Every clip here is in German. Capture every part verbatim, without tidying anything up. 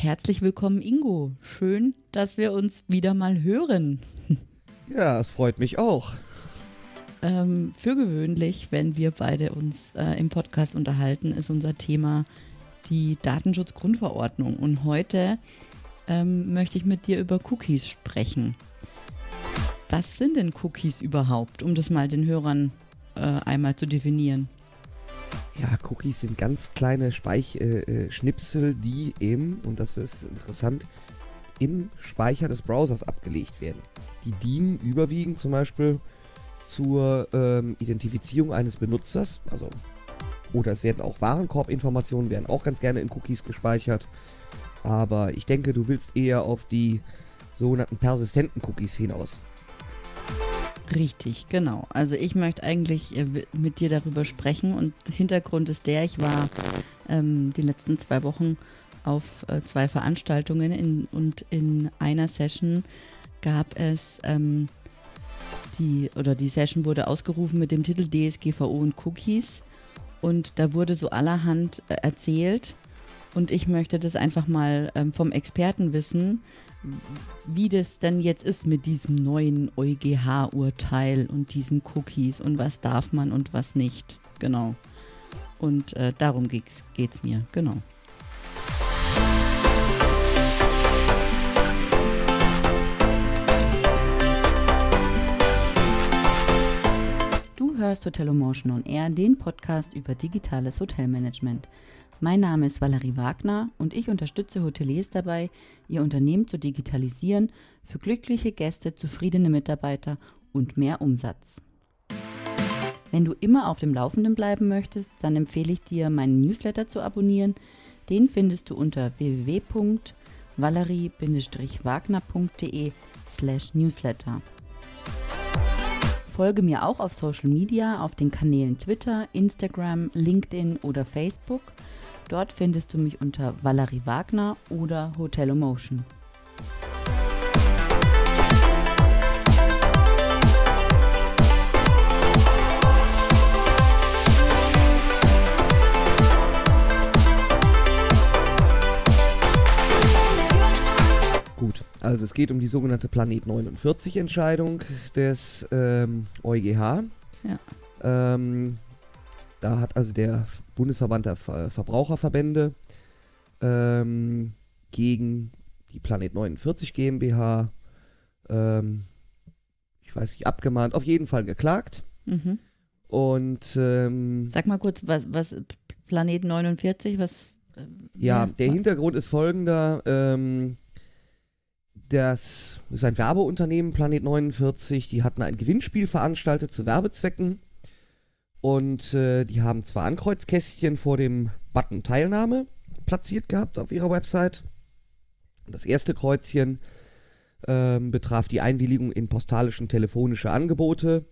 Herzlich willkommen, Ingo. Schön, dass wir uns wieder mal hören. Ja, es freut mich auch. Ähm, für gewöhnlich, wenn wir beide uns äh, im Podcast unterhalten, ist unser Thema die Datenschutzgrundverordnung. Und heute ähm, möchte ich mit dir über Cookies sprechen. Was sind denn Cookies überhaupt, um das mal den Hörern äh, einmal zu definieren? Ja, Cookies sind ganz kleine Speich äh, Schnipsel, die eben, und das ist interessant, im Speicher des Browsers abgelegt werden. Die dienen überwiegend zum Beispiel zur ähm, Identifizierung eines Benutzers, also oder es werden auch Warenkorbinformationen, werden auch ganz gerne in Cookies gespeichert, aber ich denke, du willst eher auf die sogenannten persistenten Cookies hinaus. Richtig, genau. Also ich möchte eigentlich äh, mit dir darüber sprechen und Hintergrund ist der, ich war ähm, die letzten zwei Wochen auf äh, zwei Veranstaltungen in, und in einer Session gab es ähm, die, oder die Session wurde ausgerufen mit dem Titel D S G V O und Cookies und da wurde so allerhand äh, erzählt und ich möchte das einfach mal ähm, vom Experten wissen, wie das denn jetzt ist mit diesem neuen EuGH-Urteil und diesen Cookies und was darf man und was nicht. Genau. Und äh, darum geht's, geht's mir. Genau. Du hörst Hotelomotion on Air, den Podcast über digitales Hotelmanagement. Mein Name ist Valerie Wagner und ich unterstütze Hoteliers dabei, ihr Unternehmen zu digitalisieren für glückliche Gäste, zufriedene Mitarbeiter und mehr Umsatz. Wenn du immer auf dem Laufenden bleiben möchtest, dann empfehle ich dir, meinen Newsletter zu abonnieren. Den findest du unter w w w punkt valerie wagner punkt d e slash newsletter. Folge mir auch auf Social Media, auf den Kanälen Twitter, Instagram, LinkedIn oder Facebook. Dort findest du mich unter Valerie Wagner oder Hotelomotion. Gut, also es geht um die sogenannte Planet neunundvierzig Entscheidung des ähm, EuGH. Ja. Ähm, da hat also der Bundesverband der Ver- Verbraucherverbände ähm, gegen die Planet neunundvierzig GmbH, ähm, ich weiß nicht, abgemahnt, auf jeden Fall geklagt. Mhm. Und ähm, Sag mal kurz, was, was Planet neunundvierzig, was... Äh, ja, ja, der was? Hintergrund ist folgender. Ähm, das ist ein Werbeunternehmen, Planet neunundvierzig, die hatten ein Gewinnspiel veranstaltet zu Werbezwecken. Und äh, die haben zwei Ankreuzkästchen vor dem Button Teilnahme platziert gehabt auf ihrer Website. Und das erste Kreuzchen ähm, betraf die Einwilligung in postalischen telefonische Angebote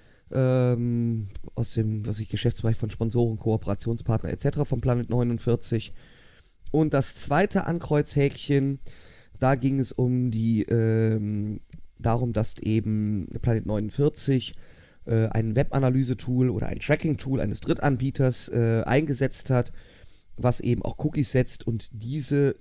ähm, aus dem, was ich Geschäftsbereich von Sponsoren, Kooperationspartner et cetera von Planet neunundvierzig. Und das zweite Ankreuzhäkchen, da ging es um die ähm, darum, dass eben Planet neunundvierzig ein Webanalyse-Tool oder ein Tracking-Tool eines Drittanbieters äh, eingesetzt hat, was eben auch Cookies setzt und diese,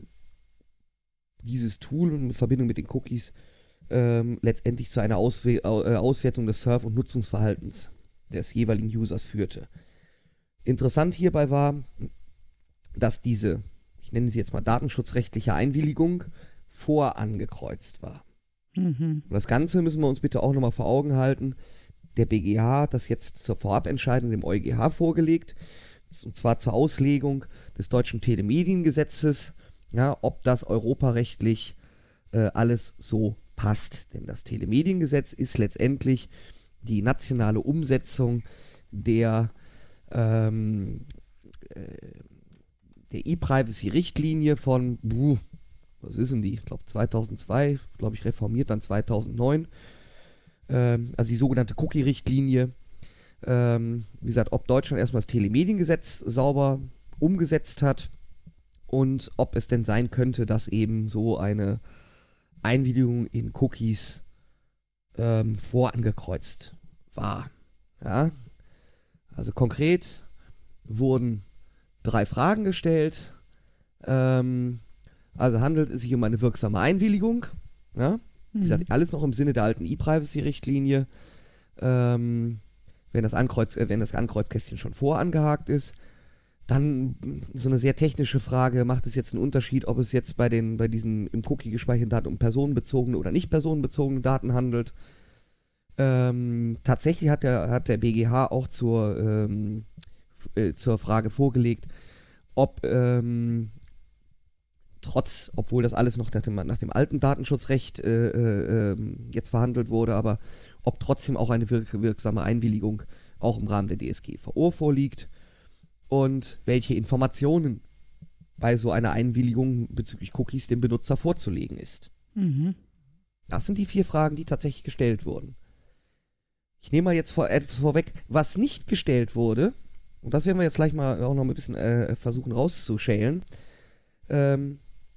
dieses Tool in Verbindung mit den Cookies ähm, letztendlich zu einer Auswe- äh, Auswertung des Surf- und Nutzungsverhaltens des jeweiligen Users führte. Interessant hierbei war, dass diese, ich nenne sie jetzt mal datenschutzrechtliche Einwilligung, vorangekreuzt war. Mhm. Und das Ganze müssen wir uns bitte auch nochmal vor Augen halten. Der B G H hat das jetzt zur Vorabentscheidung dem EuGH vorgelegt, und zwar zur Auslegung des deutschen Telemediengesetzes, ja, ob das europarechtlich äh, alles so passt. Denn das Telemediengesetz ist letztendlich die nationale Umsetzung der, ähm, äh, der E-Privacy-Richtlinie von, buh, was ist denn die? Ich glaube zweitausendzwei, glaube ich reformiert dann zweitausendneun. Also die sogenannte Cookie-Richtlinie. Ähm, wie gesagt, ob Deutschland erstmal das Telemediengesetz sauber umgesetzt hat und ob es denn sein könnte, dass eben so eine Einwilligung in Cookies ähm, vorangekreuzt war. Ja? Also konkret wurden drei Fragen gestellt. Ähm, Also handelt es sich um eine wirksame Einwilligung. Ja? Wie Mhm. gesagt, alles noch im Sinne der alten E-Privacy-Richtlinie. Ähm, wenn, das Ankreuz, äh, wenn das Ankreuzkästchen schon vorangehakt ist. Dann so eine sehr technische Frage, macht es jetzt einen Unterschied, ob es jetzt bei den bei diesen im Cookie gespeicherten Daten um personenbezogene oder nicht personenbezogene Daten handelt. Ähm, tatsächlich hat der, hat der B G H auch zur, ähm, f- äh, zur Frage vorgelegt, ob ähm, trotz, obwohl das alles noch nach dem, nach dem alten Datenschutzrecht äh, äh, ähm, jetzt verhandelt wurde, aber ob trotzdem auch eine wirk wirksame Einwilligung auch im Rahmen der D S G V O vorliegt und welche Informationen bei so einer Einwilligung bezüglich Cookies dem Benutzer vorzulegen ist. Mhm. Das sind die vier Fragen, die tatsächlich gestellt wurden. Ich nehme mal jetzt vor, etwas vorweg, was nicht gestellt wurde, und das werden wir jetzt gleich mal auch noch ein bisschen äh, versuchen rauszuschälen, ähm,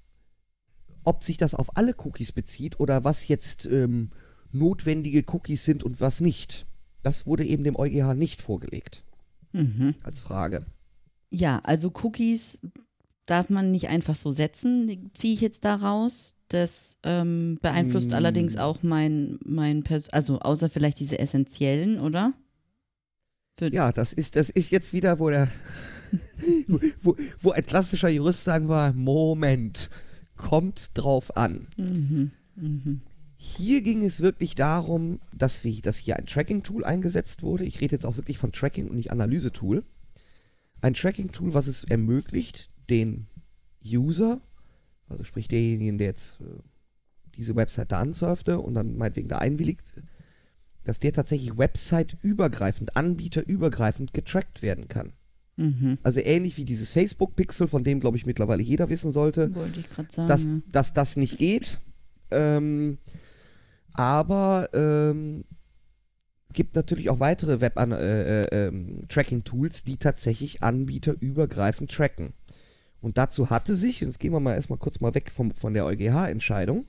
ob sich das auf alle Cookies bezieht oder was jetzt ähm, notwendige Cookies sind und was nicht. Das wurde eben dem EuGH nicht vorgelegt Mhm. als Frage. Ja, also Cookies darf man nicht einfach so setzen, ziehe ich jetzt daraus. Das ähm, beeinflusst Mm. allerdings auch mein, mein Pers also außer vielleicht diese essentiellen, oder? Für Ja, das ist, das ist jetzt wieder, wo der wo, wo, wo ein klassischer Jurist sagen war, Moment, kommt drauf an. Mhm. Mhm. Hier ging es wirklich darum, dass, wir, dass hier ein Tracking-Tool eingesetzt wurde. Ich rede jetzt auch wirklich von Tracking und nicht Analyse-Tool. Ein Tracking-Tool, was es ermöglicht, den User, also sprich derjenigen, der jetzt äh, diese Website da ansurfte und dann meinetwegen da einwilligt, dass der tatsächlich website-übergreifend, anbieterübergreifend getrackt werden kann. Mhm. Also ähnlich wie dieses Facebook-Pixel, von dem, glaube ich, mittlerweile jeder wissen sollte, Wollte ich gerade sagen. dass, ja. dass das nicht geht. Ähm, aber ähm, gibt natürlich auch weitere Web-Tracking-Tools, die tatsächlich anbieterübergreifend tracken. Und dazu hatte sich, jetzt gehen wir mal erstmal kurz mal weg vom, von der EuGH-Entscheidung,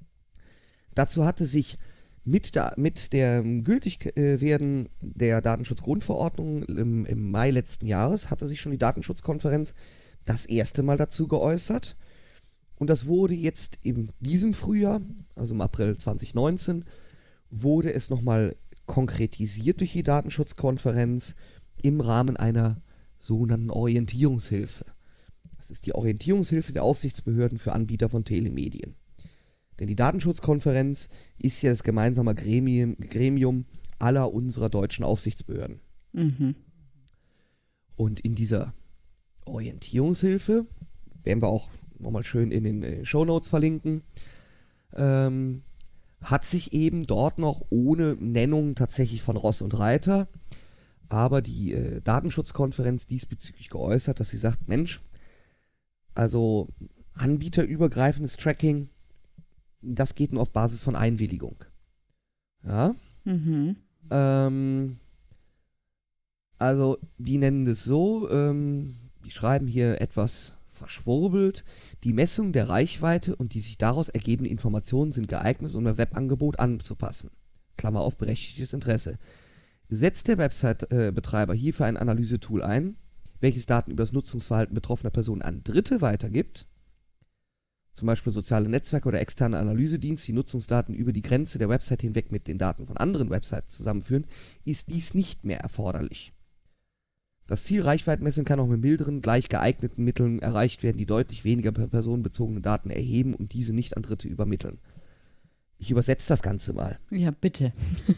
dazu hatte sich mit der, mit dem Gültigwerden der Datenschutzgrundverordnung im, im Mai letzten Jahres hatte sich schon die Datenschutzkonferenz das erste Mal dazu geäußert. Und das wurde jetzt in diesem Frühjahr, also im April zwanzig neunzehn, wurde es nochmal konkretisiert durch die Datenschutzkonferenz im Rahmen einer sogenannten Orientierungshilfe. Das ist die Orientierungshilfe der Aufsichtsbehörden für Anbieter von Telemedien. Denn die Datenschutzkonferenz ist ja das gemeinsame Gremium, Gremium aller unserer deutschen Aufsichtsbehörden. Mhm. Und in dieser Orientierungshilfe, werden wir auch nochmal schön in den äh, Shownotes verlinken, ähm, hat sich eben dort noch ohne Nennung tatsächlich von Ross und Reiter, aber die äh, Datenschutzkonferenz diesbezüglich geäußert, dass sie sagt, Mensch, also anbieterübergreifendes Tracking, das geht nur auf Basis von Einwilligung. Ja. Mhm. Ähm, also, die nennen das so, ähm, die schreiben hier etwas verschwurbelt. Die Messung der Reichweite und die sich daraus ergebenden Informationen sind geeignet, um ein Webangebot anzupassen. Klammer auf, berechtigtes Interesse. Setzt der Website-Betreiber hierfür ein Analysetool ein, welches Daten über das Nutzungsverhalten betroffener Personen an Dritte weitergibt, zum Beispiel soziale Netzwerke oder externe Analysedienste, die Nutzungsdaten über die Grenze der Website hinweg mit den Daten von anderen Websites zusammenführen, ist dies nicht mehr erforderlich. Das Ziel Reichweitenmessung kann auch mit milderen, gleich geeigneten Mitteln erreicht werden, die deutlich weniger personenbezogene Daten erheben und diese nicht an Dritte übermitteln. Ich übersetze das Ganze mal. Ja, bitte.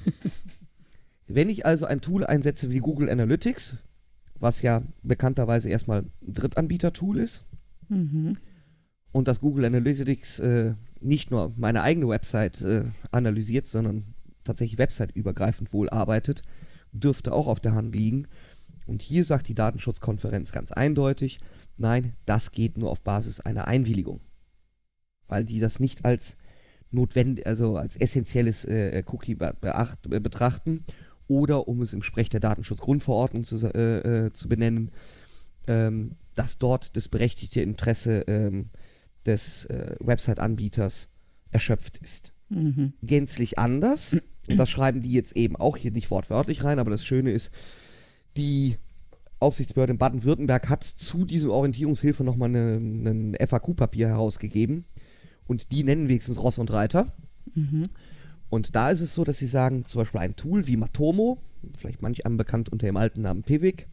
Wenn ich also ein Tool einsetze wie Google Analytics, was ja bekannterweise erstmal ein Drittanbieter-Tool ist, Mhm. und dass Google Analytics äh, nicht nur meine eigene Website äh, analysiert, sondern tatsächlich website-übergreifend wohl arbeitet, dürfte auch auf der Hand liegen. Und hier sagt die Datenschutzkonferenz ganz eindeutig, nein, das geht nur auf Basis einer Einwilligung. Weil die das nicht als notwendig, also als essentielles äh, Cookie beacht, äh, betrachten oder, um es im Sprech der Datenschutzgrundverordnung zu, äh, äh, zu benennen, ähm, dass dort das berechtigte Interesse ähm, des äh, Website-Anbieters erschöpft ist. Mhm. Gänzlich anders, und das schreiben die jetzt eben auch hier nicht wortwörtlich rein, aber das Schöne ist, die Aufsichtsbehörde in Baden-Württemberg hat zu dieser Orientierungshilfe nochmal ein F A Q-Papier herausgegeben. Und die nennen wenigstens Ross und Reiter. Mhm. Und da ist es so, dass sie sagen, zum Beispiel ein Tool wie Matomo, vielleicht manch einem bekannt unter dem alten Namen Pivik,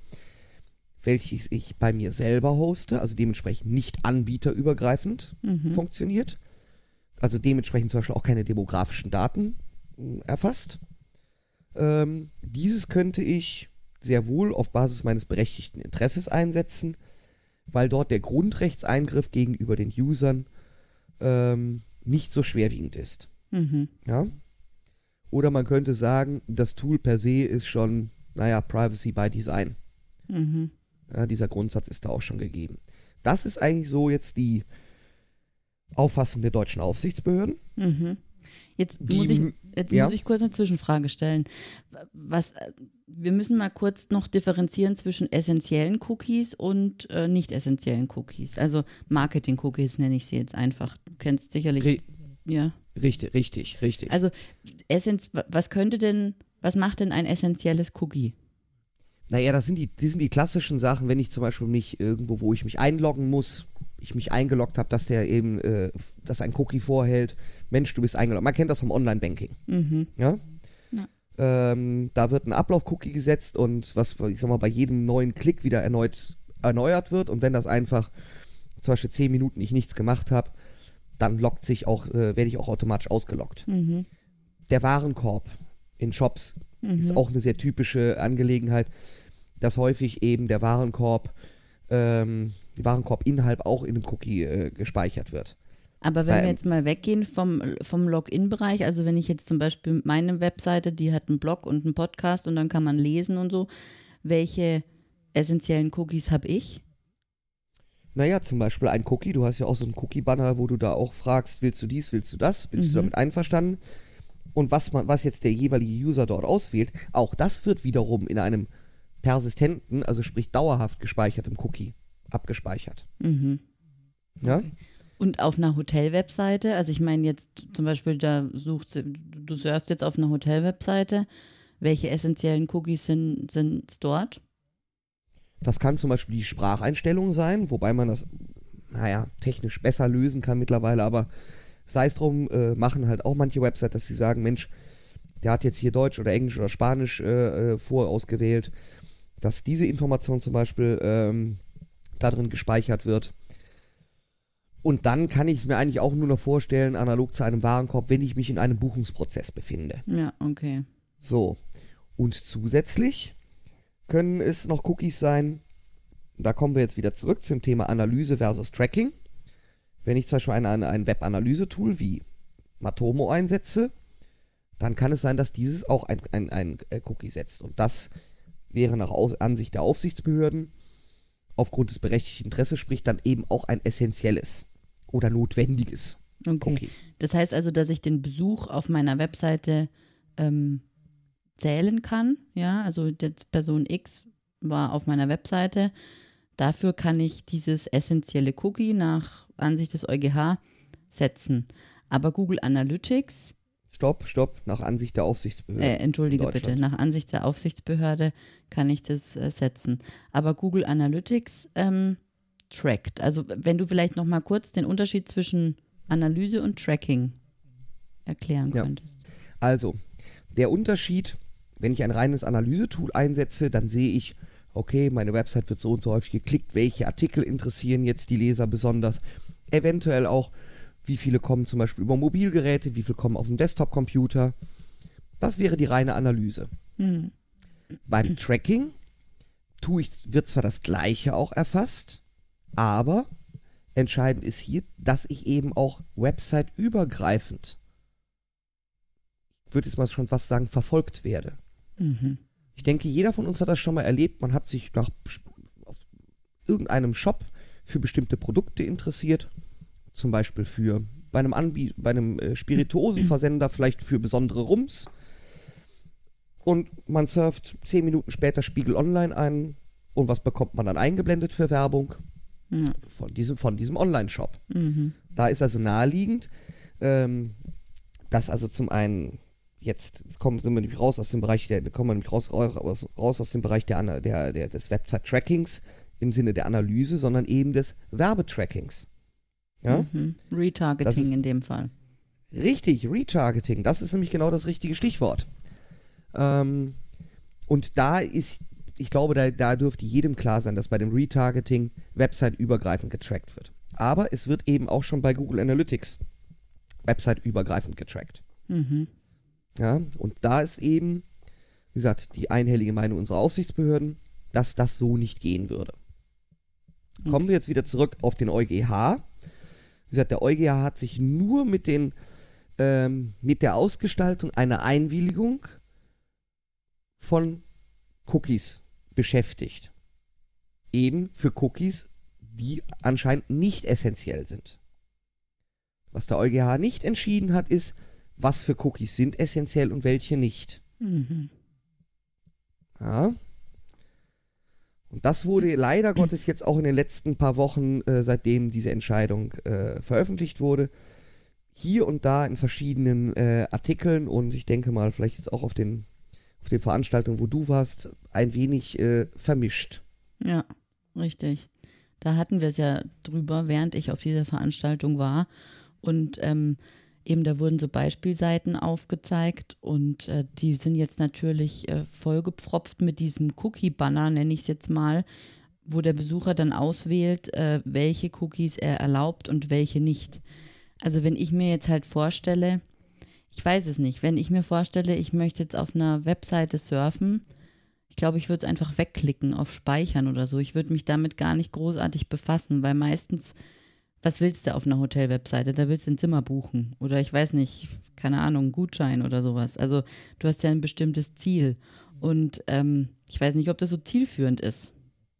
welches ich bei mir selber hoste, also dementsprechend nicht anbieterübergreifend Mhm. funktioniert. Also dementsprechend zum Beispiel auch keine demografischen Daten mh, erfasst. Ähm, dieses könnte ich sehr wohl auf Basis meines berechtigten Interesses einsetzen, weil dort der Grundrechtseingriff gegenüber den Usern ähm, nicht so schwerwiegend ist. Mhm. Ja? Oder man könnte sagen, das Tool per se ist schon, naja, Privacy by Design. Mhm. Ja, dieser Grundsatz ist da auch schon gegeben. Das ist eigentlich so jetzt die Auffassung der deutschen Aufsichtsbehörden. Mhm. Jetzt, Die, muss ich, jetzt ja. muss ich kurz eine Zwischenfrage stellen. Was, wir müssen mal kurz noch differenzieren zwischen essentiellen Cookies und äh, nicht essentiellen Cookies. Also Marketing-Cookies nenne ich sie jetzt einfach. Du kennst sicherlich, Re- ja. Richtig, richtig, richtig. Also Essenz, was könnte denn, was macht denn ein essentielles Cookie? Naja, das sind die, das sind die klassischen Sachen, wenn ich zum Beispiel mich irgendwo, wo ich mich einloggen muss, ich mich eingeloggt habe, dass der eben, äh, dass ein Cookie vorhält, Mensch, du bist eingeloggt. Man kennt das vom Online-Banking. Mhm. Ja? Ja. Ähm, da wird ein Ablauf-Cookie gesetzt und was, ich sag mal, bei jedem neuen Klick wieder erneut erneuert wird. Und wenn das einfach zum Beispiel zehn Minuten ich nichts gemacht habe, dann loggt sich auch, äh, werde ich auch automatisch ausgeloggt. Mhm. Der Warenkorb in Shops Mhm. ist auch eine sehr typische Angelegenheit, dass häufig eben der Warenkorb, ähm, die Warenkorbinhalt auch in einem Cookie äh, gespeichert wird. Aber wenn Weil, wir jetzt mal weggehen vom, vom Login-Bereich, also wenn ich jetzt zum Beispiel meine Webseite, die hat einen Blog und einen Podcast und dann kann man lesen und so, welche essentiellen Cookies habe ich? Naja, zum Beispiel ein Cookie, du hast ja auch so einen Cookie-Banner, wo du da auch fragst, willst du dies, willst du das, bist Mhm. du damit einverstanden? Und was, man, was jetzt der jeweilige User dort auswählt, auch das wird wiederum in einem persistenten, also sprich dauerhaft gespeichertem Cookie abgespeichert. Mhm. Ja? Okay. Und auf einer Hotel-Webseite, also ich meine jetzt zum Beispiel, da suchst du, du surfst jetzt auf einer Hotel-Webseite, welche essentiellen Cookies sind, sind dort? Das kann zum Beispiel die Spracheinstellung sein, wobei man das, naja, technisch besser lösen kann mittlerweile, aber sei es drum, äh, machen halt auch manche Websites, dass sie sagen, Mensch, der hat jetzt hier Deutsch oder Englisch oder Spanisch äh, äh, vorausgewählt, dass diese Information zum Beispiel ähm, da drin gespeichert wird. Und dann kann ich es mir eigentlich auch nur noch vorstellen, analog zu einem Warenkorb, wenn ich mich in einem Buchungsprozess befinde. Ja, okay. So, und zusätzlich können es noch Cookies sein, da kommen wir jetzt wieder zurück zum Thema Analyse versus Tracking. Wenn ich zum Beispiel ein, ein, ein Web-Analyse-Tool wie Matomo einsetze, dann kann es sein, dass dieses auch ein, ein, ein Cookie setzt. Und das wäre nach Aus- Ansicht der Aufsichtsbehörden aufgrund des berechtigten Interesses, sprich dann eben auch ein essentielles oder notwendiges Okay. Cookie. Das heißt also, dass ich den Besuch auf meiner Webseite ähm, zählen kann. Ja, also jetzt Person X war auf meiner Webseite. Dafür kann ich dieses essentielle Cookie nach Ansicht des EuGH setzen. Aber Google Analytics, Stopp, stopp, nach Ansicht der Aufsichtsbehörde. äh, entschuldige in bitte, Deutschland. nach Ansicht der Aufsichtsbehörde kann ich das äh, setzen. Aber Google Analytics ähm, trackt. Also wenn du vielleicht noch mal kurz den Unterschied zwischen Analyse und Tracking erklären Ja. könntest. Also, der Unterschied, wenn ich ein reines Analysetool einsetze, dann sehe ich, okay, meine Website wird so und so häufig geklickt, welche Artikel interessieren jetzt die Leser besonders, eventuell auch, wie viele kommen zum Beispiel über Mobilgeräte, wie viele kommen auf dem Desktop-Computer. Das wäre die reine Analyse. Hm. Beim Tracking tue ich, wird zwar das Gleiche auch erfasst, aber entscheidend ist hier, dass ich eben auch website-übergreifend, ich würde jetzt mal schon fast sagen, verfolgt werde. Mhm. Ich denke, jeder von uns hat das schon mal erlebt. Man hat sich nach auf irgendeinem Shop für bestimmte Produkte interessiert. Zum Beispiel für bei einem, Anbie bei einem äh, Spirituosenversender, vielleicht für besondere Rums. Und man surft zehn Minuten später Spiegel Online ein. Und was bekommt man dann eingeblendet für Werbung? Ja. Von diesem, von diesem Online-Shop. Mhm. Da ist also naheliegend, ähm, dass also zum einen jetzt, jetzt kommen sind wir nämlich raus aus dem Bereich der, kommen wir nämlich raus, raus, raus aus dem Bereich der, der, der, des Website-Trackings im Sinne der Analyse, sondern eben des Werbetrackings. Ja? Mhm. Retargeting ist, in dem Fall. Richtig, Retargeting, das ist nämlich genau das richtige Stichwort. Ähm, und da ist, ich glaube, da, da dürfte jedem klar sein, dass bei dem Retargeting website-übergreifend getrackt wird. Aber es wird eben auch schon bei Google Analytics website-übergreifend getrackt. Mhm. Ja, und da ist eben, wie gesagt, die einhellige Meinung unserer Aufsichtsbehörden, dass das so nicht gehen würde. Okay. Kommen wir jetzt wieder zurück auf den EuGH. Wie gesagt, der EuGH hat sich nur mit, den, ähm, mit der Ausgestaltung einer Einwilligung von Cookies beschäftigt. Eben für Cookies, die anscheinend nicht essentiell sind. Was der EuGH nicht entschieden hat, ist, was für Cookies sind essentiell und welche nicht. Mhm. Ja. Und das wurde leider Gottes jetzt auch in den letzten paar Wochen, äh, seitdem diese Entscheidung äh, veröffentlicht wurde, hier und da in verschiedenen äh, Artikeln und ich denke mal vielleicht jetzt auch auf den, auf den Veranstaltungen, wo du warst, ein wenig äh, vermischt. Ja, richtig. Da hatten wir es ja drüber, während ich auf dieser Veranstaltung war. Und ähm, eben da wurden so Beispielseiten aufgezeigt und äh, die sind jetzt natürlich äh, vollgepfropft mit diesem Cookie-Banner, nenne ich es jetzt mal, wo der Besucher dann auswählt, äh, welche Cookies er erlaubt und welche nicht. Also wenn ich mir jetzt halt vorstelle, ich weiß es nicht, wenn ich mir vorstelle, ich möchte jetzt auf einer Webseite surfen, ich glaube, ich würde es einfach wegklicken auf Speichern oder so. Ich würde mich damit gar nicht großartig befassen, weil meistens, was willst du auf einer Hotel-Webseite? Da willst du ein Zimmer buchen oder ich weiß nicht, keine Ahnung, einen Gutschein oder sowas. Also du hast ja ein bestimmtes Ziel und ähm, ich weiß nicht, ob das so zielführend ist.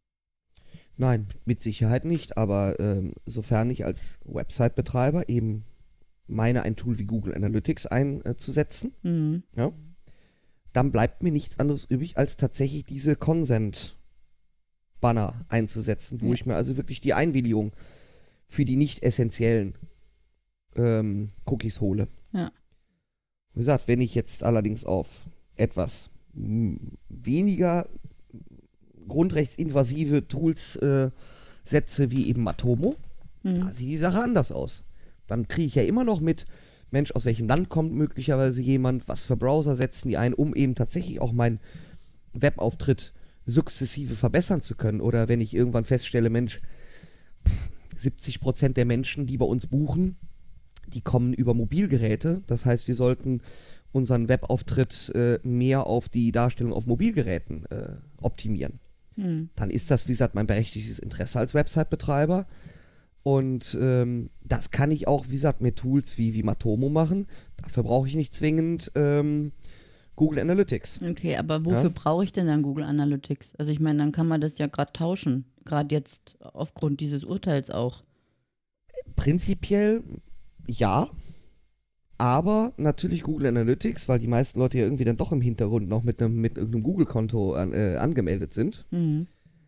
Nein, mit Sicherheit nicht, aber ähm, sofern ich als Website-Betreiber eben meine, ein Tool wie Google Analytics einzusetzen, Mhm. ja, dann bleibt mir nichts anderes übrig, als tatsächlich diese Consent-Banner einzusetzen, wo Ja. ich mir also wirklich die Einwilligung für die nicht essentiellen ähm, Cookies hole. Ja. Wie gesagt, wenn ich jetzt allerdings auf etwas m- weniger grundrechtsinvasive Tools äh, setze, wie eben Matomo, Mhm. da sieht die Sache anders aus. Dann kriege ich ja immer noch mit, Mensch, aus welchem Land kommt möglicherweise jemand, was für Browser setzen die ein, um eben tatsächlich auch meinen Webauftritt sukzessive verbessern zu können. Oder wenn ich irgendwann feststelle, Mensch, siebzig Prozent der Menschen, die bei uns buchen, die kommen über Mobilgeräte. Das heißt, wir sollten unseren Webauftritt äh, mehr auf die Darstellung auf Mobilgeräten äh, optimieren. Mhm. Dann ist das, wie gesagt, mein berechtigtes Interesse als Website-Betreiber. Und ähm, das kann ich auch, wie gesagt, mit Tools wie, wie Matomo machen. Dafür brauche ich nicht zwingend ähm, Google Analytics. Okay, aber wofür Ja? brauche ich denn dann Google Analytics? Also ich meine, dann kann man das ja gerade tauschen. Gerade jetzt aufgrund dieses Urteils auch. Prinzipiell ja, aber natürlich Google Analytics, weil die meisten Leute ja irgendwie dann doch im Hintergrund noch mit einem mit irgendeinem Google-Konto an, äh, angemeldet sind. Mhm.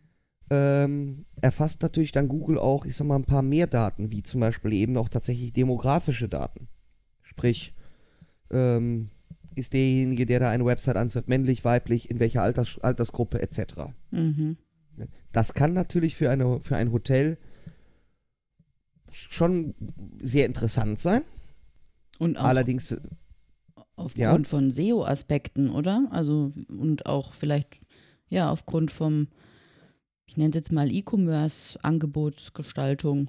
Ähm, erfasst natürlich dann Google auch, ich sag mal, ein paar mehr Daten, wie zum Beispiel eben auch tatsächlich demografische Daten. Sprich, ähm, ist derjenige, der da eine Website anzeigt, männlich, weiblich, in welcher Alters, Altersgruppe et cetera. Mhm. Das kann natürlich für, eine, für ein Hotel schon sehr interessant sein. Und auch Allerdings, aufgrund ja. von S E O-Aspekten, oder? Also und auch vielleicht, ja, aufgrund vom, ich nenne es jetzt mal E-Commerce-Angebotsgestaltung.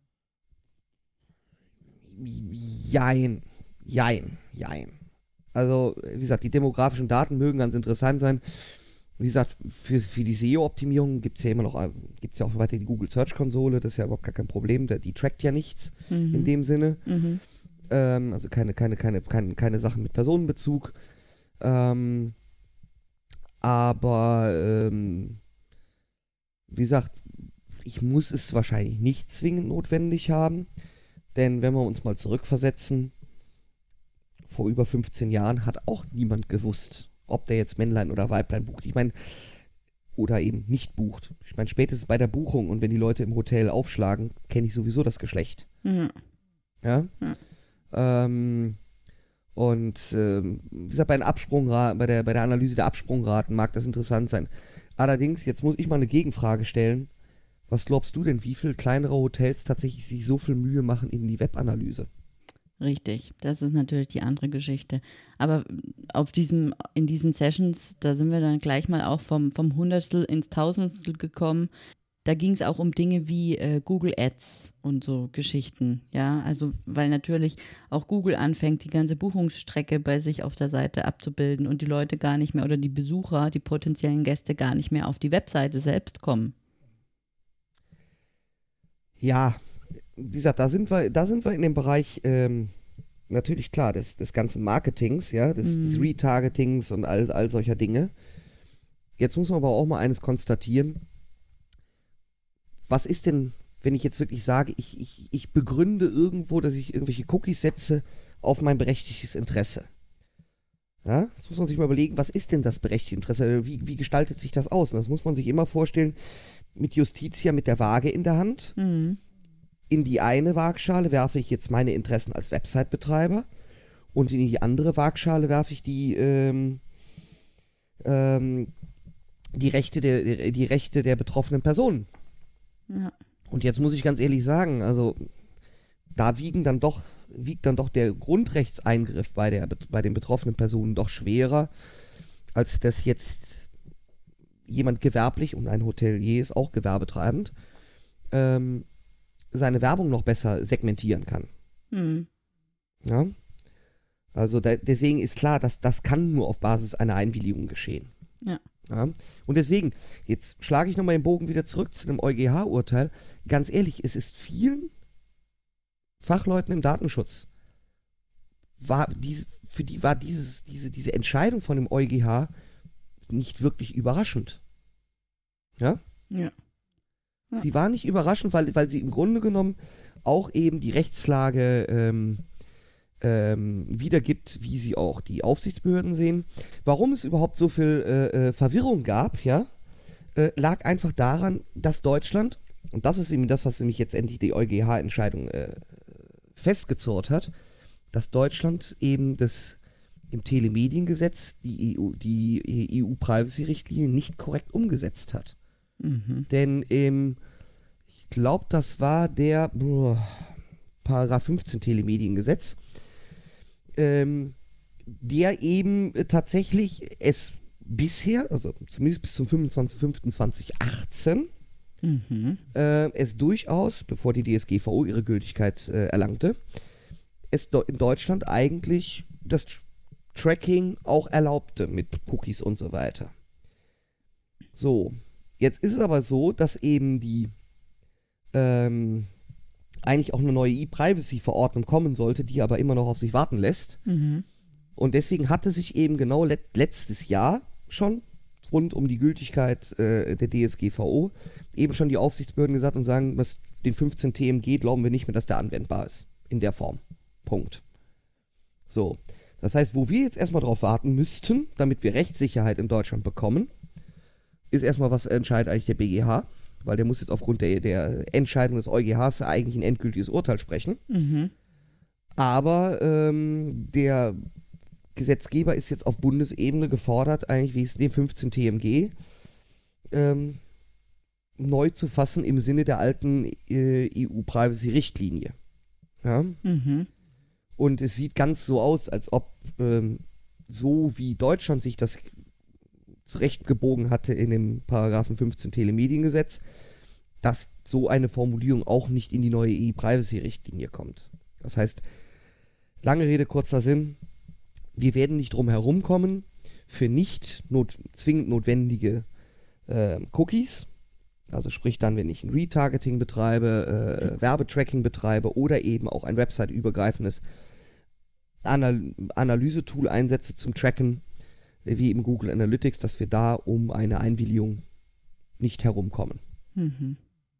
jein, jein, jein. Also, wie gesagt, die demografischen Daten mögen ganz interessant sein. Wie gesagt, für, für die S E O-Optimierung gibt es ja immer noch, gibt es ja auch weiter die Google Search Konsole, das ist ja überhaupt gar kein Problem, die, die trackt ja nichts Mhm. in dem Sinne. Mhm. Ähm, also keine, keine, keine, keine, keine Sachen mit Personenbezug. Ähm, aber, ähm, wie gesagt, ich muss es wahrscheinlich nicht zwingend notwendig haben, denn wenn wir uns mal zurückversetzen, vor über fünfzehn Jahren hat auch niemand gewusst, ob der jetzt Männlein oder Weiblein bucht. Ich meine, oder eben nicht bucht. Ich meine, spätestens bei der Buchung und wenn die Leute im Hotel aufschlagen, kenne ich sowieso das Geschlecht. Ja. Ja? Ja. Ähm, Und ähm, wie gesagt, bei, den Absprungra- bei, der, bei der Analyse der Absprungraten mag das interessant sein. Allerdings, jetzt muss ich mal eine Gegenfrage stellen. Was glaubst du denn, wie viele kleinere Hotels tatsächlich sich so viel Mühe machen in die Webanalyse? Richtig, das ist natürlich die andere Geschichte. Aber auf diesem, in diesen Sessions, da sind wir dann gleich mal auch vom, vom Hundertstel ins Tausendstel gekommen. Da ging es auch um Dinge wie äh, Google Ads und so Geschichten, ja, also weil natürlich auch Google anfängt, die ganze Buchungsstrecke bei sich auf der Seite abzubilden und die Leute gar nicht mehr oder die Besucher, die potenziellen Gäste gar nicht mehr auf die Webseite selbst kommen. Ja, wie gesagt, da sind wir, da sind wir in dem Bereich, ähm, natürlich klar, des, des ganzen Marketings, ja, des, Mhm. des Retargetings und all, all solcher Dinge. Jetzt muss man aber auch mal eines konstatieren. Was ist denn, wenn ich jetzt wirklich sage, ich, ich, ich begründe irgendwo, dass ich irgendwelche Cookies setze auf mein berechtigtes Interesse? Ja, das muss man sich mal überlegen, was ist denn das berechtigte Interesse? Wie, wie gestaltet sich das aus? Und das muss man sich immer vorstellen, mit Justitia, mit der Waage in der Hand. Mhm. In die eine Waagschale werfe ich jetzt meine Interessen als Website-Betreiber und in die andere Waagschale werfe ich die, ähm, ähm, die, Rechte der, die Rechte der betroffenen Personen. Ja. Und jetzt muss ich ganz ehrlich sagen, also da wiegen dann doch, wiegt dann doch der Grundrechtseingriff bei, der, bei den betroffenen Personen doch schwerer, als dass jetzt jemand gewerblich, und ein Hotelier ist auch gewerbetreibend, ähm, seine Werbung noch besser segmentieren kann. Mhm. Ja? Also da, deswegen ist klar, dass das kann nur auf Basis einer Einwilligung geschehen. Ja. Ja? Und deswegen, jetzt schlage ich nochmal den Bogen wieder zurück zu dem EuGH-Urteil. Ganz ehrlich, es ist vielen Fachleuten im Datenschutz, war dies, für die war dieses, diese, diese Entscheidung von dem EuGH nicht wirklich überraschend. Ja? Ja. Ja. Sie war nicht überraschend, weil, weil sie im Grunde genommen auch eben die Rechtslage ähm, ähm, wiedergibt, wie sie auch die Aufsichtsbehörden sehen. Warum es überhaupt so viel äh, äh, Verwirrung gab, ja, äh, lag einfach daran, dass Deutschland, und das ist eben das, was nämlich jetzt endlich die EuGH-Entscheidung äh, festgezurrt hat, dass Deutschland eben das im Telemediengesetz die E U, die E U-Privacy-Richtlinie nicht korrekt umgesetzt hat. Mhm. Denn im, ich glaube, das war der boah, Paragraph fünfzehn Telemediengesetz, ähm, der eben tatsächlich es bisher, also zumindest bis zum fünfundzwanzigster fünfter zweitausendachtzehn, Mhm. äh, es durchaus, bevor die D S G V O ihre Gültigkeit äh, erlangte, es do- in Deutschland eigentlich das Tr- Tracking auch erlaubte mit Cookies und so weiter. So, jetzt ist es aber so, dass eben die ähm, eigentlich auch eine neue E-Privacy-Verordnung kommen sollte, die aber immer noch auf sich warten lässt. Mhm. Und deswegen hatte sich eben genau let letztes Jahr schon rund um die Gültigkeit äh, der D S G V O eben schon die Aufsichtsbehörden gesagt und sagen, was den fünfzehn T M G glauben wir nicht mehr, dass der anwendbar ist. In der Form. Punkt. So. Das heißt, wo wir jetzt erstmal drauf warten müssten, damit wir Rechtssicherheit in Deutschland bekommen, ist erstmal, was entscheidet eigentlich der B G H, weil der muss jetzt aufgrund der, der Entscheidung des EuGHs eigentlich ein endgültiges Urteil sprechen. Mhm. Aber ähm, der Gesetzgeber ist jetzt auf Bundesebene gefordert, eigentlich wie es den fünfzehn T M G ähm, neu zu fassen im Sinne der alten äh, E U-Privacy-Richtlinie. Ja? Mhm. Und es sieht ganz so aus, als ob ähm, so wie Deutschland sich das zurechtgebogen hatte in dem Paragraphen fünfzehn Telemediengesetz, dass so eine Formulierung auch nicht in die neue E-Privacy-Richtlinie kommt. Das heißt, lange Rede, kurzer Sinn, wir werden nicht drum herumkommen, für nicht not zwingend notwendige äh, Cookies, also sprich dann, wenn ich ein Retargeting betreibe, äh, Werbetracking betreibe oder eben auch ein website-übergreifendes Anal Analyse-Tool einsetze zum Tracken, wie eben Google Analytics, dass wir da um eine Einwilligung nicht herumkommen. Mhm.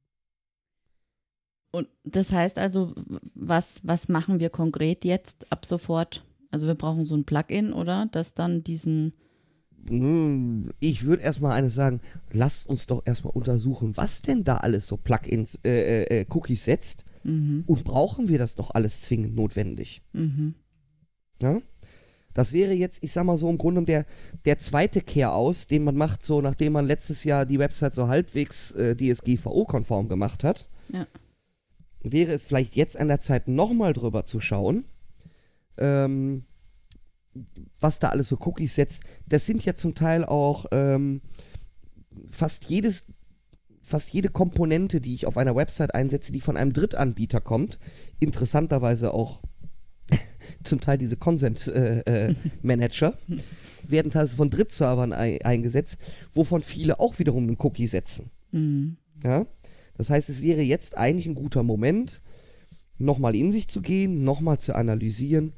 Und das heißt also, was, was machen wir konkret jetzt ab sofort? Also wir brauchen so ein Plugin, oder? Das dann diesen... Ich würde erstmal eines sagen, lasst uns doch erstmal untersuchen, was denn da alles so Plugins, äh, äh, Cookies setzt. Mhm. Und brauchen wir das doch alles zwingend notwendig? Mhm. Ja? Das wäre jetzt, ich sag mal so, im Grunde der, der zweite Kehraus, den man macht, so nachdem man letztes Jahr die Website so halbwegs äh, D S G V O-konform gemacht hat. Ja. Wäre es vielleicht jetzt an der Zeit, nochmal drüber zu schauen, ähm, was da alles so Cookies setzt. Das sind ja zum Teil auch ähm, fast jedes, fast jede Komponente, die ich auf einer Website einsetze, die von einem Drittanbieter kommt, interessanterweise auch zum Teil diese Consent-Manager, äh, äh, werden teilweise von Drittservern ein, eingesetzt, wovon viele auch wiederum einen Cookie setzen. Mhm. Ja? Das heißt, es wäre jetzt eigentlich ein guter Moment, nochmal in sich zu gehen, nochmal zu analysieren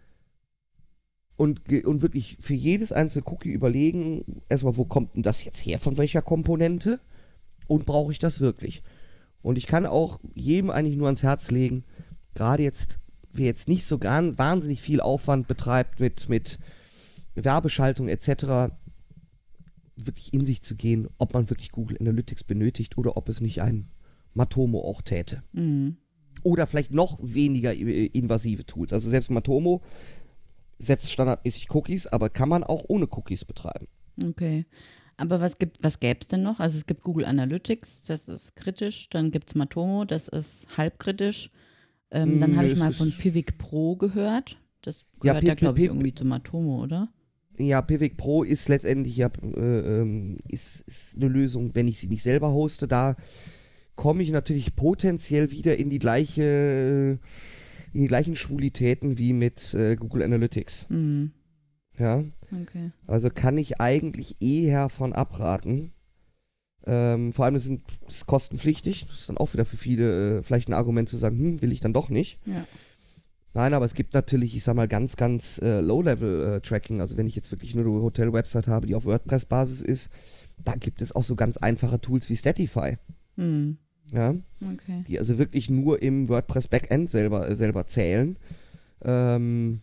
und, und wirklich für jedes einzelne Cookie überlegen, erstmal, wo kommt denn das jetzt her, von welcher Komponente und brauche ich das wirklich? Und ich kann auch jedem eigentlich nur ans Herz legen, gerade jetzt, wer jetzt nicht so gar, wahnsinnig viel Aufwand betreibt mit, mit Werbeschaltung et cetera, wirklich in sich zu gehen, ob man wirklich Google Analytics benötigt oder ob es nicht ein Matomo auch täte. Mhm. Oder vielleicht noch weniger invasive Tools. Also selbst Matomo setzt standardmäßig Cookies, aber kann man auch ohne Cookies betreiben. Okay. Aber was gibt, was gäbe es denn noch? Also es gibt Google Analytics, das ist kritisch. Dann gibt es Matomo, das ist halbkritisch. Ähm, dann habe ich mal von Pivik Pro gehört. Das gehört ja, ja glaube ich, irgendwie zu Matomo, oder? Ja, Pivik Pro ist letztendlich ja, äh, ähm, ist, ist eine Lösung, wenn ich sie nicht selber hoste. Da komme ich natürlich potenziell wieder in die gleiche, in die gleichen Schwulitäten wie mit äh, Google Analytics. Mhm. Ja. Okay. Also kann ich eigentlich eher von abraten. Ähm, vor allem ist es kostenpflichtig. Das ist dann auch wieder für viele äh, vielleicht ein Argument zu sagen, hm, will ich dann doch nicht. Ja. Nein, aber es gibt natürlich, ich sag mal, ganz, ganz äh, Low-Level-Tracking. Äh, also wenn ich jetzt wirklich nur eine Hotel-Website habe, die auf WordPress-Basis ist, da gibt es auch so ganz einfache Tools wie Statify. Mhm. Ja, okay. Die also wirklich nur im WordPress-Backend selber, äh, selber zählen. Ähm,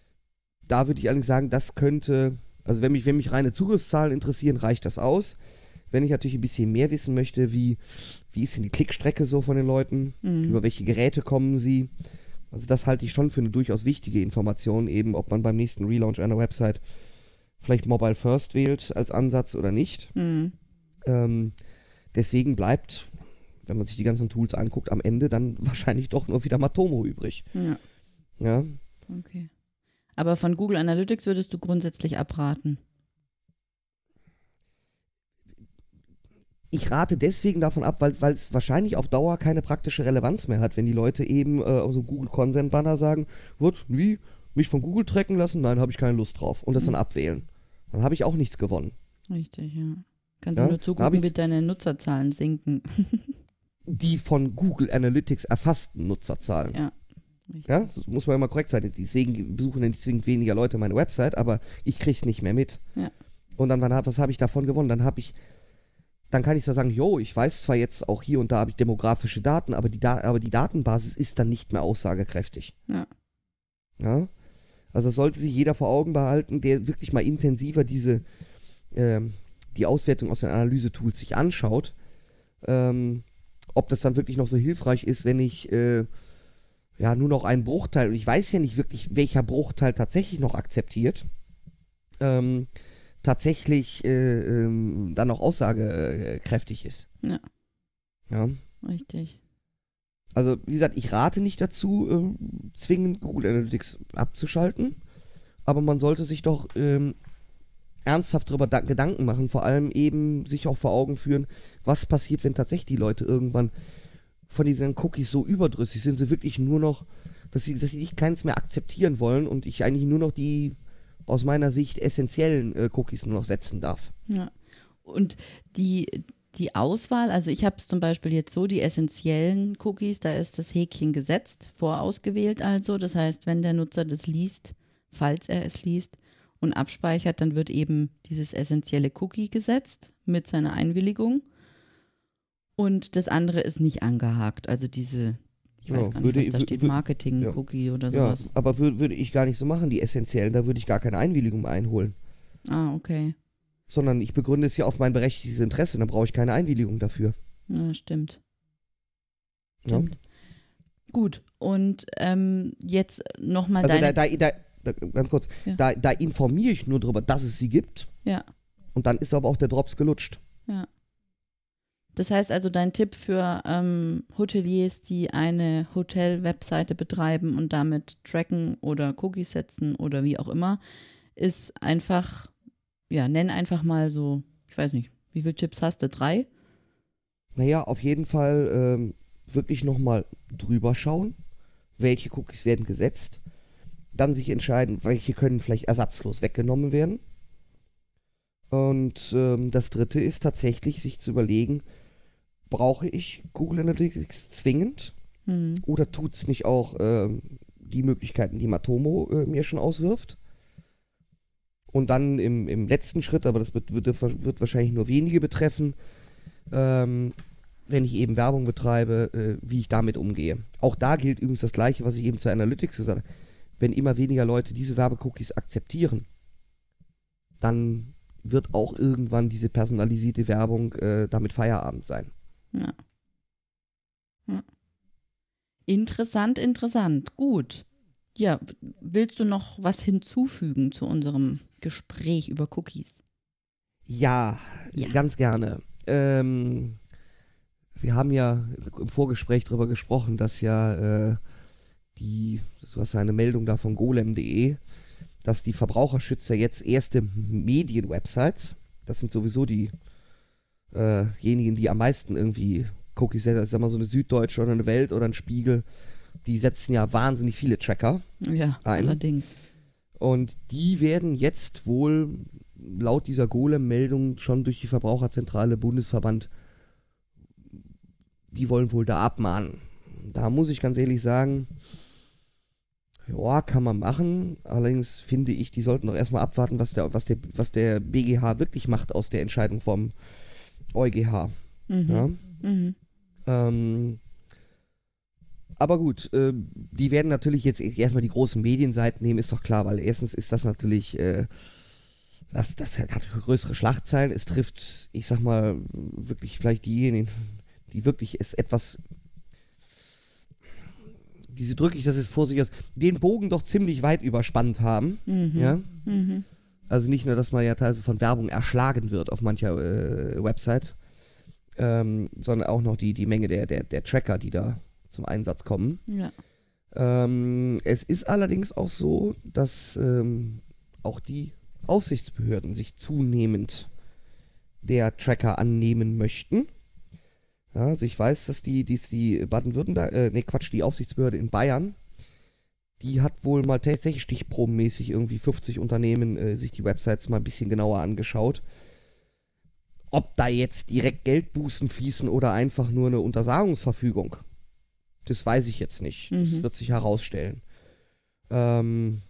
da würde ich allerdings sagen, das könnte, also wenn mich, wenn mich reine Zugriffszahlen interessieren, reicht das aus. Wenn ich natürlich ein bisschen mehr wissen möchte, wie, wie ist denn die Klickstrecke so von den Leuten, Mhm. über welche Geräte kommen sie, also das halte ich schon für eine durchaus wichtige Information, eben ob man beim nächsten Relaunch einer Website vielleicht Mobile First wählt als Ansatz oder nicht. Mhm. Ähm, deswegen bleibt, wenn man sich die ganzen Tools anguckt, am Ende dann wahrscheinlich doch nur wieder Matomo übrig. Ja. Ja. Okay. Aber von Google Analytics würdest du grundsätzlich abraten? Ich rate deswegen davon ab, weil es wahrscheinlich auf Dauer keine praktische Relevanz mehr hat, wenn die Leute eben äh, auf so Google Consent Banner sagen, wird, wie, mich von Google tracken lassen? Nein, habe ich keine Lust drauf. Und das Mhm. dann abwählen. Dann habe ich auch nichts gewonnen. Richtig, ja. Kannst du Ja, nur da hab zugucken, ich- wie deine Nutzerzahlen sinken. Die von Google Analytics erfassten Nutzerzahlen. Ja. Richtig. Ja, das muss man immer korrekt sein. Deswegen besuchen nicht zwingend weniger Leute meine Website, aber ich krieg's nicht mehr mit. Ja. Und dann, wann- was habe ich davon gewonnen? Dann habe ich, dann kann ich zwar sagen, jo, ich weiß zwar jetzt auch hier und da habe ich demografische Daten, aber die, da aber die Datenbasis ist dann nicht mehr aussagekräftig. Ja. Ja? Also das sollte sich jeder vor Augen behalten, der wirklich mal intensiver diese, ähm, die Auswertung aus den Analyse-Tools sich anschaut. Ähm, ob das dann wirklich noch so hilfreich ist, wenn ich äh, ja nur noch einen Bruchteil, und ich weiß ja nicht wirklich, welcher Bruchteil tatsächlich noch akzeptiert, ähm, tatsächlich äh, ähm, dann noch aussagekräftig ist. Ja. Ja. Richtig. Also, wie gesagt, ich rate nicht dazu, äh, zwingend Google Analytics abzuschalten, aber man sollte sich doch ähm, ernsthaft darüber da- Gedanken machen, vor allem eben sich auch vor Augen führen, was passiert, wenn tatsächlich die Leute irgendwann von diesen Cookies so überdrüssig sind, sie wirklich nur noch, dass sie, dass sie nicht keins mehr akzeptieren wollen und ich eigentlich nur noch die aus meiner Sicht essentiellen äh, Cookies nur noch setzen darf. Ja. Und die, die Auswahl, also ich habe es zum Beispiel jetzt so, die essentiellen Cookies, da ist das Häkchen gesetzt, vorausgewählt also. Das heißt, wenn der Nutzer das liest, falls er es liest und abspeichert, dann wird eben dieses essentielle Cookie gesetzt mit seiner Einwilligung. Und das andere ist nicht angehakt. Also diese, ich weiß Ja, gar nicht, würde- was da wür- steht, wür- Marketing-Cookie oder Ja, sowas. aber wür, würde ich gar nicht so machen, die essentiellen, da würde ich gar keine Einwilligung mehr einholen. Ah, okay. Sondern ich begründe es ja auf mein berechtigtes Interesse, dann brauche ich keine Einwilligung dafür. Ja, stimmt. Ja? Stimmt. Gut, und ähm, jetzt nochmal Also deine... da, da, da, da, ganz kurz, Ja. da, da informiere ich nur darüber, dass es sie gibt. Ja, Und dann ist aber auch der Drops gelutscht. ja. Das heißt also, dein Tipp für ähm, Hoteliers, die eine Hotel-Webseite betreiben und damit tracken oder Cookies setzen oder wie auch immer, ist einfach, ja, nenn einfach mal so, ich weiß nicht, wie viele Tipps hast du? Drei? Naja, auf jeden Fall ähm, wirklich nochmal drüber schauen, welche Cookies werden gesetzt. Dann sich entscheiden, welche können vielleicht ersatzlos weggenommen werden. Und ähm, das dritte ist tatsächlich, sich zu überlegen, brauche ich Google Analytics zwingend? Hm. Oder tut es nicht auch ähm, die Möglichkeiten, die Matomo äh, mir schon auswirft? Und dann im, im letzten Schritt, aber das wird, wird, wird wahrscheinlich nur wenige betreffen, ähm, wenn ich eben Werbung betreibe, äh, wie ich damit umgehe. Auch da gilt übrigens das Gleiche, was ich eben zu Analytics gesagt habe. Wenn immer weniger Leute diese Werbecookies akzeptieren, dann wird auch irgendwann diese personalisierte Werbung äh, damit Feierabend sein. Ja. Ja. Interessant, interessant. Gut. Ja, w- willst du noch was hinzufügen zu unserem Gespräch über Cookies? Ja, Ja. ganz gerne. Ähm, wir haben ja im Vorgespräch darüber gesprochen, dass ja äh, die, du hast ja eine Meldung da von golem punkt de, dass die Verbraucherschützer jetzt erste Medienwebsites, das sind sowieso die äh, diejenigen, die am meisten irgendwie Cookies setzen, also sag mal so eine Süddeutsche oder eine Welt oder ein Spiegel, die setzen ja wahnsinnig viele Tracker Ja, ein. allerdings. Und die werden jetzt wohl laut dieser Golem-Meldung schon durch die Verbraucherzentrale Bundesverband, die wollen wohl da abmahnen. Da muss ich ganz ehrlich sagen, ja, kann man machen. Allerdings finde ich, die sollten doch erstmal abwarten, was der, was der, was der B G H wirklich macht aus der Entscheidung vom EuGH. Mhm. Ja? Mhm. Ähm, aber gut, äh, die werden natürlich jetzt erstmal die großen Medienseiten nehmen, ist doch klar, weil erstens ist das natürlich, äh, das, das hat größere Schlagzeilen. Es trifft, ich sag mal, wirklich vielleicht diejenigen, die wirklich es etwas, wie sie drücke ich das jetzt vorsichtig aus, den Bogen doch ziemlich weit überspannt haben. Mhm. Ja? Mhm. Also nicht nur, dass man ja teilweise von Werbung erschlagen wird auf mancher äh, Website, ähm, sondern auch noch die, die Menge der, der, der Tracker, die da zum Einsatz kommen. Ja. Ähm, es ist allerdings auch so, dass ähm, auch die Aufsichtsbehörden sich zunehmend der Tracker annehmen möchten. Ja, also ich weiß, dass die, die, die Baden-Württemberg, äh, nee Quatsch, die Aufsichtsbehörde in Bayern, die hat wohl mal tatsächlich stichprobenmäßig irgendwie fünfzig Unternehmen äh, sich die Websites mal ein bisschen genauer angeschaut. Ob da jetzt direkt Geldbußen fließen oder einfach nur eine Untersagungsverfügung, das weiß ich jetzt nicht. Das Mhm. wird sich herausstellen. Ähm,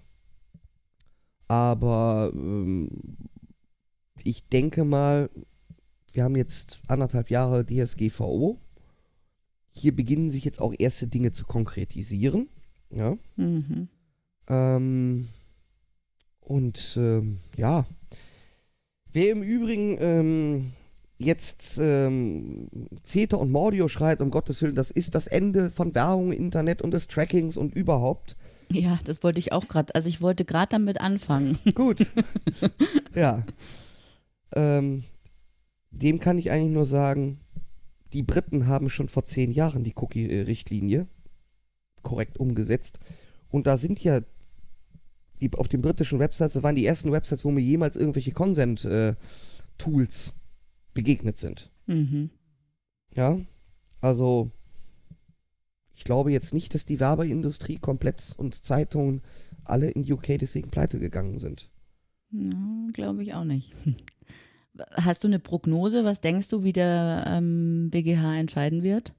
aber ähm, ich denke mal, wir haben jetzt anderthalb Jahre D S G V O. Hier beginnen sich jetzt auch erste Dinge zu konkretisieren. Ja. Mhm. Ähm, und ähm, ja, wer im Übrigen ähm, jetzt ähm, CETA und Mordio schreit, um Gottes Willen, das ist das Ende von Werbung, Internet und des Trackings und überhaupt. Ja, das wollte ich auch gerade. Also ich wollte gerade damit anfangen. Gut. Ja. Ähm, dem kann ich eigentlich nur sagen, die Briten haben schon vor zehn Jahren die Cookie-Richtlinie korrekt umgesetzt. Und da sind ja die, auf den britischen Websites, das waren die ersten Websites, wo mir jemals irgendwelche Consent-Tools begegnet sind. Mhm. Ja, also ich glaube jetzt nicht, dass die Werbeindustrie komplett und Zeitungen alle in U K deswegen pleite gegangen sind. Ja, glaube ich auch nicht. Hast du eine Prognose? Was denkst du, wie der ähm, B G H entscheiden wird?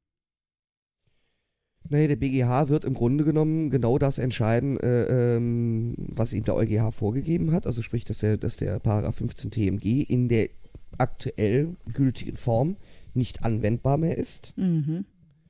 Nee, der B G H wird im Grunde genommen genau das entscheiden, äh, ähm, was ihm der EuGH vorgegeben hat. Also sprich, dass der, dass der Paragraph fünfzehn T M G in der aktuell gültigen Form nicht anwendbar mehr ist. Mhm.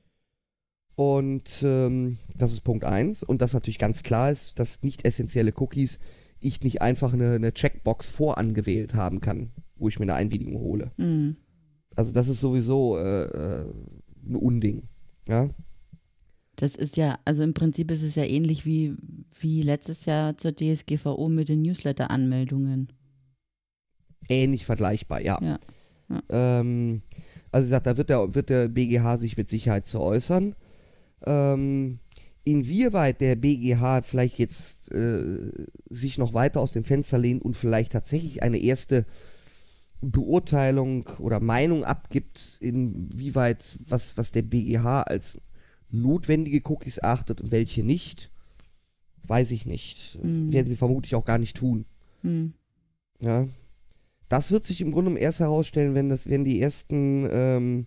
Und ähm, das ist Punkt eins. Und dass natürlich ganz klar ist, dass nicht essentielle Cookies ich nicht einfach eine, eine Checkbox vorangewählt haben kann, wo ich mir eine Einwilligung hole. Mhm. Also das ist sowieso äh, äh, ein Unding. Ja? Das ist ja, also im Prinzip ist es ja ähnlich wie, Wie letztes Jahr zur D S G V O mit den Newsletter-Anmeldungen. Ähnlich vergleichbar, ja. Ja. Ja. Ähm, also wie gesagt, da wird der, wird der B G H sich mit Sicherheit zu äußern. Ähm, inwieweit der B G H vielleicht jetzt äh, sich noch weiter aus dem Fenster lehnt und vielleicht tatsächlich eine erste Beurteilung oder Meinung abgibt, inwieweit was, was der B G H als notwendige Cookies achtet und welche nicht, weiß ich nicht. Mhm. Werden sie vermutlich auch gar nicht tun. Mhm. Ja. Das wird sich im Grunde erst herausstellen, wenn das, wenn die ersten ähm,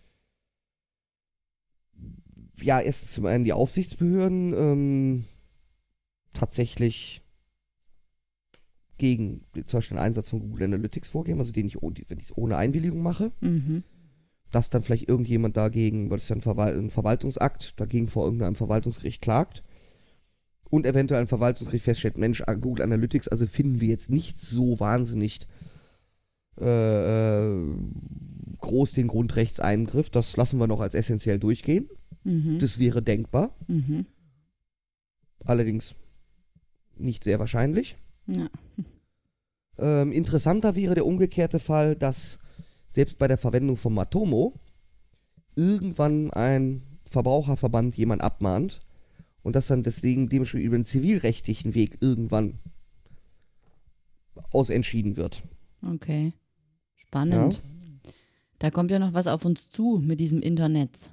ja, erstens zum einen die Aufsichtsbehörden ähm, tatsächlich gegen zum Beispiel den Einsatz von Google Analytics vorgehen, also den ich, wenn ich es ohne Einwilligung mache, Mhm. dass dann vielleicht irgendjemand dagegen, weil es ja ein, Verwal ein Verwaltungsakt, dagegen vor irgendeinem Verwaltungsgericht klagt und eventuell ein Verwaltungsgericht feststellt, Mensch, Google Analytics, also finden wir jetzt nicht so wahnsinnig äh, groß den Grundrechtseingriff, das lassen wir noch als essentiell durchgehen. Mhm. Das wäre denkbar. Mhm. Allerdings nicht sehr wahrscheinlich. Ja. Ähm, interessanter wäre der umgekehrte Fall, dass selbst bei der Verwendung von Matomo irgendwann ein Verbraucherverband jemand abmahnt und das dann deswegen dementsprechend über den zivilrechtlichen Weg irgendwann ausentschieden wird. Okay. Spannend. Ja. Da kommt ja noch was auf uns zu mit diesem Internet.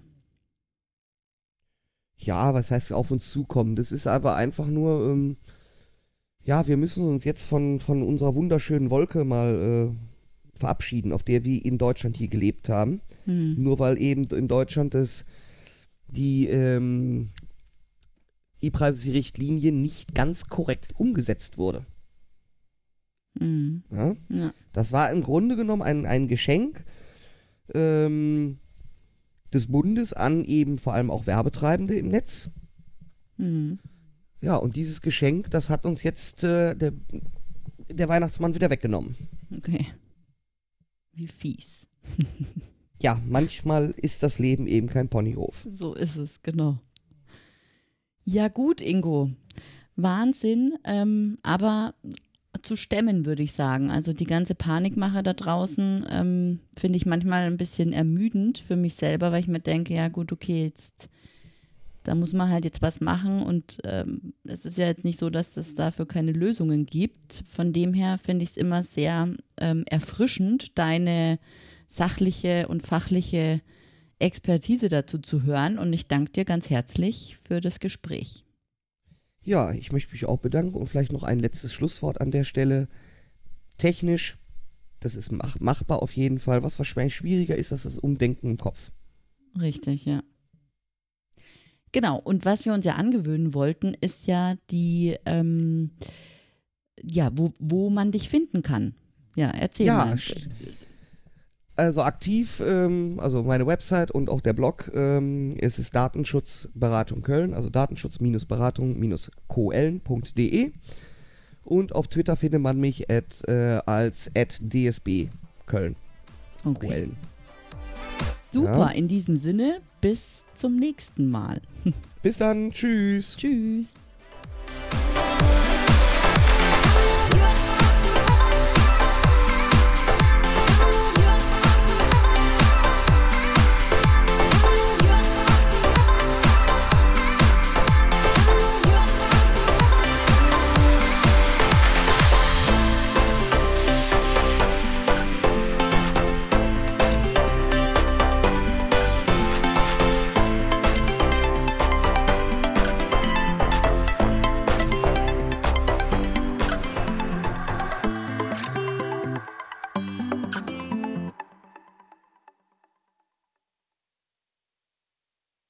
Ja, was heißt auf uns zukommen? Das ist aber einfach nur, ähm, ja, wir müssen uns jetzt von, von unserer wunderschönen Wolke mal äh, verabschieden, auf der wir in Deutschland hier gelebt haben. Hm. Nur weil eben in Deutschland das, die ähm, E-Privacy-Richtlinie nicht ganz korrekt umgesetzt wurde. Hm. Ja? Ja. Das war im Grunde genommen ein, ein Geschenk ähm, des Bundes an eben vor allem auch Werbetreibende im Netz. Hm. Ja, und dieses Geschenk, das hat uns jetzt äh, der, der Weihnachtsmann wieder weggenommen. Okay. Wie fies. Ja, manchmal ist das Leben eben kein Ponyhof. So ist es, genau. Ja gut, Ingo. Wahnsinn, ähm, aber zu stemmen, würde ich sagen. Also die ganze Panikmache da draußen ähm, finde ich manchmal ein bisschen ermüdend für mich selber, weil ich mir denke, ja gut, okay, jetzt da muss man halt jetzt was machen und ähm, es ist ja jetzt nicht so, dass es dafür keine Lösungen gibt. Von dem her finde ich es immer sehr ähm, erfrischend, deine sachliche und fachliche Expertise dazu zu hören und ich danke dir ganz herzlich für das Gespräch. Ja, ich möchte mich auch bedanken und vielleicht noch ein letztes Schlusswort an der Stelle. Technisch, das ist mach- machbar auf jeden Fall. Was wahrscheinlich schwieriger ist, das ist das Umdenken im Kopf. Richtig, ja. Genau, und was wir uns ja angewöhnen wollten, ist ja die, ähm, ja, wo, wo man dich finden kann. Ja, erzähl Ja, mal. st- also aktiv, ähm, also meine Website und auch der Blog, ähm, es ist Datenschutzberatung Köln, also datenschutz-beratung-köln punkt de und auf Twitter findet man mich at, äh, als at dsb Köln. Okay. Köln. Super, Ja. in diesem Sinne, bis zum nächsten Mal. Bis dann, tschüss. Tschüss.